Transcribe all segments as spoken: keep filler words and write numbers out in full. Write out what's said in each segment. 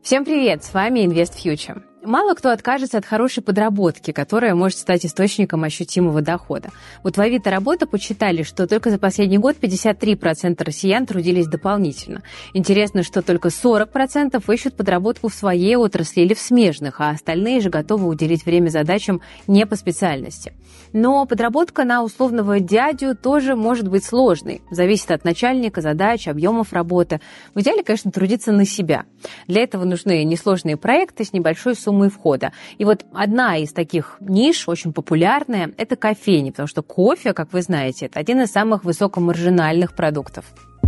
Всем привет, с вами InvestFuture. Мало кто откажется от хорошей подработки, которая может стать источником ощутимого дохода. Вот в Авито Работа подсчитали, что только за последний год пятьдесят три процента россиян трудились дополнительно. Интересно, что только сорок процентов ищут подработку в своей отрасли или в смежных, а остальные же готовы уделить время задачам не по специальности. Но подработка на условного дядю тоже может быть сложной. Зависит от начальника, задач, объемов работы. В идеале, конечно, трудиться на себя. Для этого нужны несложные проекты с небольшой суммой входа. И вот одна из таких ниш, очень популярная, это кофейни, потому что кофе, как вы знаете, это один из самых высокомаржинальных продуктов.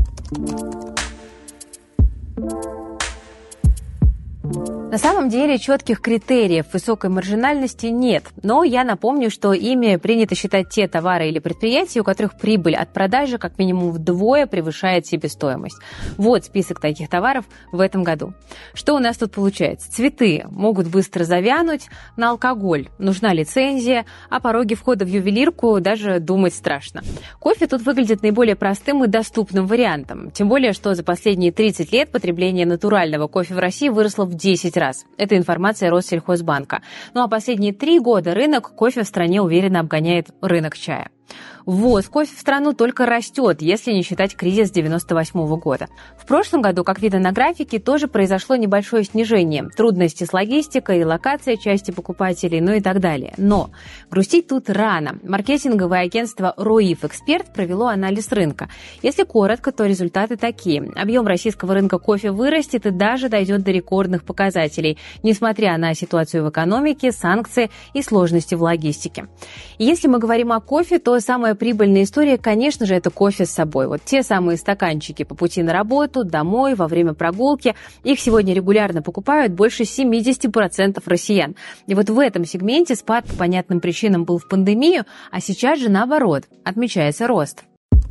На самом деле четких критериев высокой маржинальности нет, но я напомню, что ими принято считать те товары или предприятия, у которых прибыль от продажи как минимум вдвое превышает себестоимость. Вот список таких товаров в этом году. Что у нас тут получается? Цветы могут быстро завянуть, на алкоголь нужна лицензия, а пороги входа в ювелирку даже думать страшно. Кофе тут выглядит наиболее простым и доступным вариантом, тем более, что за последние тридцать лет потребление натурального кофе в России выросло в десять раз. Это информация Россельхозбанка. Ну а последние три года рынок кофе в стране уверенно обгоняет рынок чая. Ввоз кофе в страну только растет, если не считать кризис девяносто восьмого года. В прошлом году, как видно на графике, тоже произошло небольшое снижение. Трудности с логистикой, локацией части покупателей, ну и так далее. Но грустить тут рано. Маркетинговое агентство Роиф Эксперт провело анализ рынка. Если коротко, то результаты такие. Объем российского рынка кофе вырастет и даже дойдет до рекордных показателей, несмотря на ситуацию в экономике, санкции и сложности в логистике. И если мы говорим о кофе, то самая прибыльная история, конечно же, это кофе с собой. Вот те самые стаканчики по пути на работу, домой, во время прогулки. Их сегодня регулярно покупают больше семьдесят процентов россиян. И вот в этом сегменте спад по понятным причинам был в пандемию, а сейчас же наоборот, отмечается рост.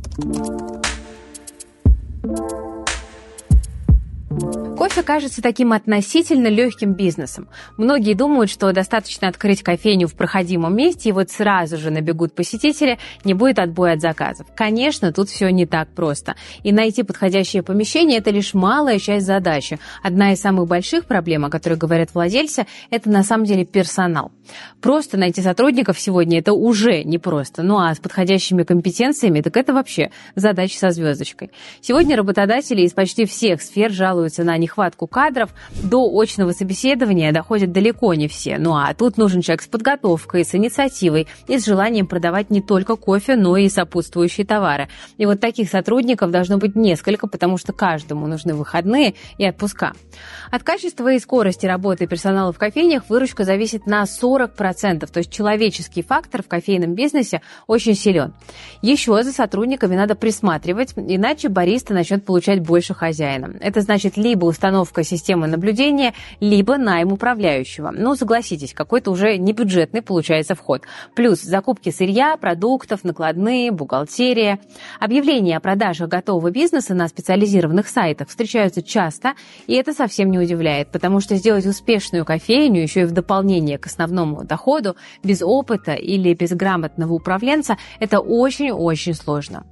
Кофе кажется таким относительно легким бизнесом. Многие думают, что достаточно открыть кофейню в проходимом месте, и вот сразу же набегут посетители, не будет отбоя от заказов. Конечно, тут все не так просто. И найти подходящее помещение – это лишь малая часть задачи. Одна из самых больших проблем, о которой говорят владельцы, это на самом деле персонал. Просто найти сотрудников сегодня – это уже непросто. Ну а с подходящими компетенциями, так это вообще задача со звездочкой. Сегодня работодатели из почти всех сфер жалуются на нехватку кадров. До очного собеседования доходят далеко не все. Ну а тут нужен человек с подготовкой, с инициативой и с желанием продавать не только кофе, но и сопутствующие товары. И вот таких сотрудников должно быть несколько, потому что каждому нужны выходные и отпуска. От качества и скорости работы персонала в кофейнях выручка зависит на сорок процентов. То есть человеческий фактор в кофейном бизнесе очень силен. Еще за сотрудниками надо присматривать, иначе бариста начнет получать больше хозяина. Это значит либо установка системы наблюдения, либо найм управляющего. Ну, согласитесь, какой-то уже небюджетный получается вход. Плюс закупки сырья, продуктов, накладные, бухгалтерия. Объявления о продажах готового бизнеса на специализированных сайтах встречаются часто, и это совсем не удивляет, потому что сделать успешную кофейню еще и в дополнение к основному доходу без опыта или без грамотного управленца – это очень-очень сложно.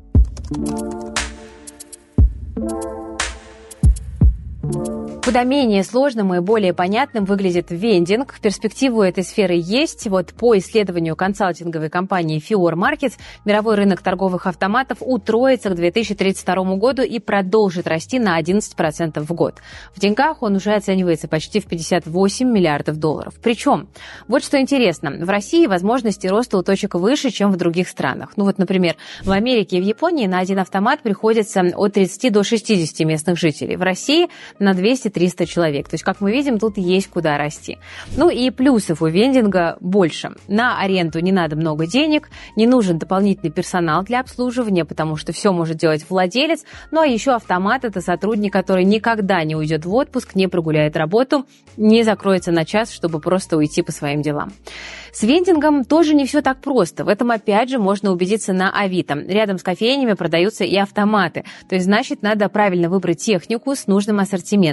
Куда менее сложным и более понятным выглядит вендинг. Перспективы этой сферы есть. Вот по исследованию консалтинговой компании Fior Markets мировой рынок торговых автоматов утроится к две тысячи тридцать второму году и продолжит расти на одиннадцать процентов в год. В деньгах он уже оценивается почти в пятьдесят восемь миллиардов долларов. Причем, вот что интересно, в России возможности роста у точек выше, чем в других странах. Ну вот, например, в Америке и в Японии на один автомат приходится от тридцати до шестидесяти местных жителей. В России на двести-триста человек. То есть, как мы видим, тут есть куда расти. Ну и плюсов у вендинга больше. На аренду не надо много денег, не нужен дополнительный персонал для обслуживания, потому что все может делать владелец. Ну а еще автомат – это сотрудник, который никогда не уйдет в отпуск, не прогуляет работу, не закроется на час, чтобы просто уйти по своим делам. С вендингом тоже не все так просто. В этом, опять же, можно убедиться на Авито. Рядом с кофейнями продаются и автоматы. То есть, значит, надо правильно выбрать технику с нужным ассортиментом.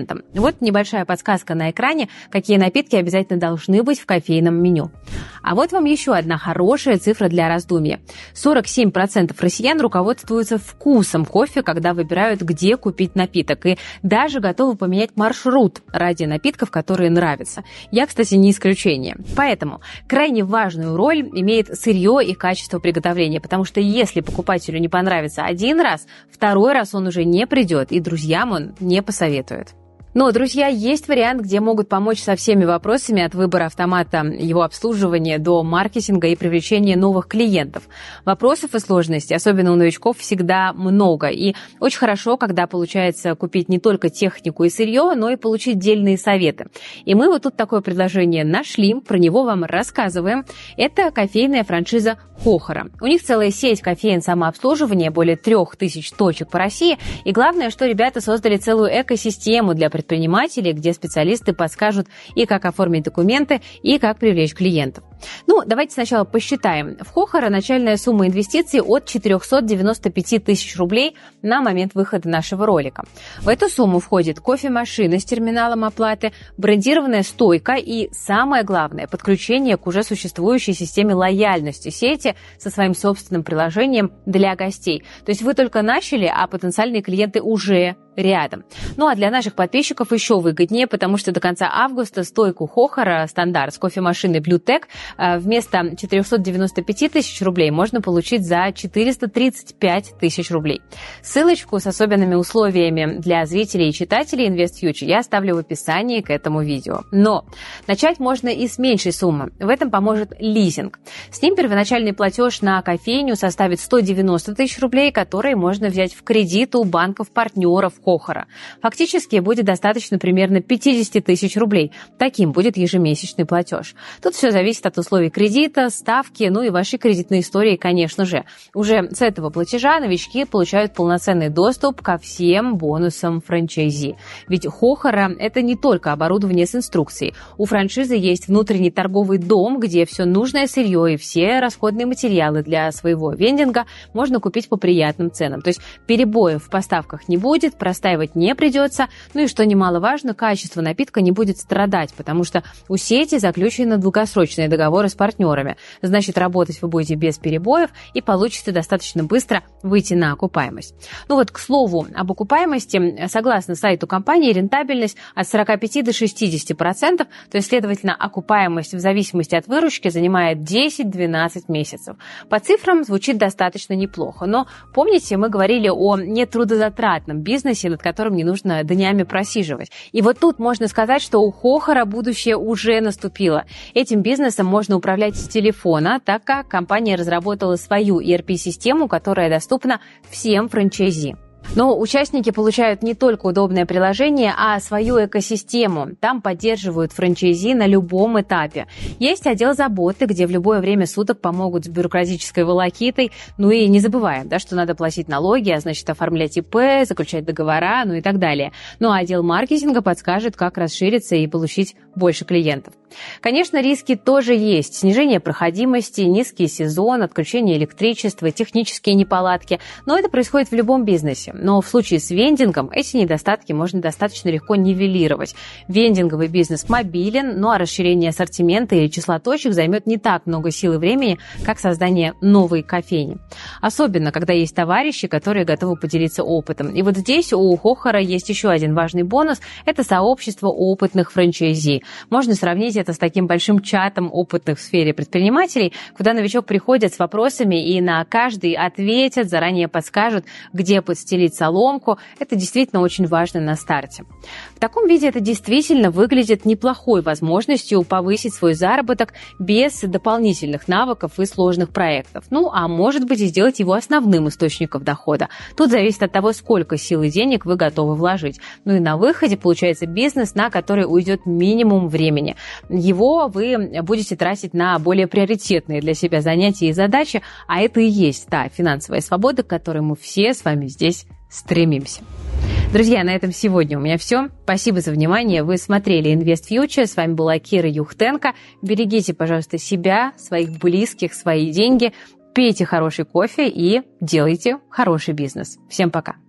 Вот небольшая подсказка на экране, какие напитки обязательно должны быть в кофейном меню. А вот вам еще одна хорошая цифра для раздумья. сорок семь процентов россиян руководствуются вкусом кофе, когда выбирают, где купить напиток, и даже готовы поменять маршрут ради напитков, которые нравятся. Я, кстати, не исключение. Поэтому крайне важную роль имеет сырье и качество приготовления, потому что если покупателю не понравится один раз, второй раз он уже не придет, и друзьям он не посоветует. Но, друзья, есть вариант, где могут помочь со всеми вопросами от выбора автомата, его обслуживания до маркетинга и привлечения новых клиентов. Вопросов и сложностей, особенно у новичков, всегда много. И очень хорошо, когда получается купить не только технику и сырье, но и получить дельные советы. И мы вот тут такое предложение нашли, про него вам рассказываем. Это кофейная франшиза Хохора. У них целая сеть кофеен самообслуживания, более трех тысяч точек по России. И главное, что ребята создали целую экосистему для предпринимателей, предпринимателей, где специалисты подскажут и как оформить документы, и как привлечь клиентов. Ну, давайте сначала посчитаем. В Хохора начальная сумма инвестиций от четыреста девяносто пять тысяч рублей на момент выхода нашего ролика. В эту сумму входит кофемашина с терминалом оплаты, брендированная стойка и, самое главное, подключение к уже существующей системе лояльности сети со своим собственным приложением для гостей. То есть вы только начали, а потенциальные клиенты уже рядом. Ну а для наших подписчиков еще выгоднее, потому что до конца августа стойку Хохора стандарт с кофемашиной BlueTech вместо четыреста девяносто пять тысяч рублей можно получить за четыреста тридцать пять тысяч рублей. Ссылочку с особенными условиями для зрителей и читателей InvestFuture я оставлю в описании к этому видео. Но начать можно и с меньшей суммы. В этом поможет лизинг. С ним первоначальный платеж на кофейню составит сто девяносто тысяч рублей, которые можно взять в кредит у банков-партнеров Хохора. Фактически будет достаточно примерно пятьдесят тысяч рублей. Таким будет ежемесячный платеж. Тут все зависит от условий кредита, ставки, ну и вашей кредитной истории, конечно же. Уже с этого платежа новички получают полноценный доступ ко всем бонусам франчайзи. Ведь Хохора – это не только оборудование с инструкцией. У франшизы есть внутренний торговый дом, где все нужное сырье и все расходные материалы для своего вендинга можно купить по приятным ценам. То есть перебоев в поставках не будет, простаивать не придется. Ну и, что немаловажно, качество напитка не будет страдать, потому что у сети заключены долгосрочные договоры с партнерами. Значит, работать вы будете без перебоев и получится достаточно быстро выйти на окупаемость. Ну вот, к слову об окупаемости, согласно сайту компании, рентабельность от сорок пять до шестидесяти процентов, то есть, следовательно, окупаемость в зависимости от выручки занимает десять-двенадцать месяцев. По цифрам звучит достаточно неплохо, но помните, мы говорили о нетрудозатратном бизнесе, над которым не нужно днями просиживать. И вот тут можно сказать, что у Хохора будущее уже наступило. Этим бизнесом можно управлять с телефона, так как компания разработала свою и эр пи-систему, которая доступна всем франчайзи. Но участники получают не только удобное приложение, а свою экосистему. Там поддерживают франчайзи на любом этапе. Есть отдел заботы, где в любое время суток помогут с бюрократической волокитой. Ну и не забываем, да, что надо платить налоги, а значит оформлять и пэ, заключать договора, ну и так далее. Ну а отдел маркетинга подскажет, как расшириться и получить больше клиентов. Конечно, риски тоже есть. Снижение проходимости, низкий сезон, отключение электричества, технические неполадки. Но это происходит в любом бизнесе. Но в случае с вендингом эти недостатки можно достаточно легко нивелировать. Вендинговый бизнес мобилен, ну а расширение ассортимента или числа точек займет не так много сил и времени, как создание новой кофейни. Особенно, когда есть товарищи, которые готовы поделиться опытом. И вот здесь у Хохора есть еще один важный бонус – это сообщество опытных франчайзи. Можно сравнить это с таким большим чатом опытных в сфере предпринимателей, куда новичок приходит с вопросами и на каждый ответят, заранее подскажут, где подстелить соломку. Это действительно очень важно на старте. В таком виде это действительно выглядит неплохой возможностью повысить свой заработок без дополнительных навыков и сложных проектов. Ну, а может быть и сделать его основным источником дохода. Тут зависит от того, сколько сил и денег вы готовы вложить. Ну и на выходе получается бизнес, на который уйдет минимум времени. Его вы будете тратить на более приоритетные для себя занятия и задачи, а это и есть та финансовая свобода, к которой мы все с вами здесь стремимся. Друзья, на этом сегодня у меня все. Спасибо за внимание. Вы смотрели InvestFuture. С вами была Кира Юхтенко. Берегите, пожалуйста, себя, своих близких, свои деньги. Пейте хороший кофе и делайте хороший бизнес. Всем пока.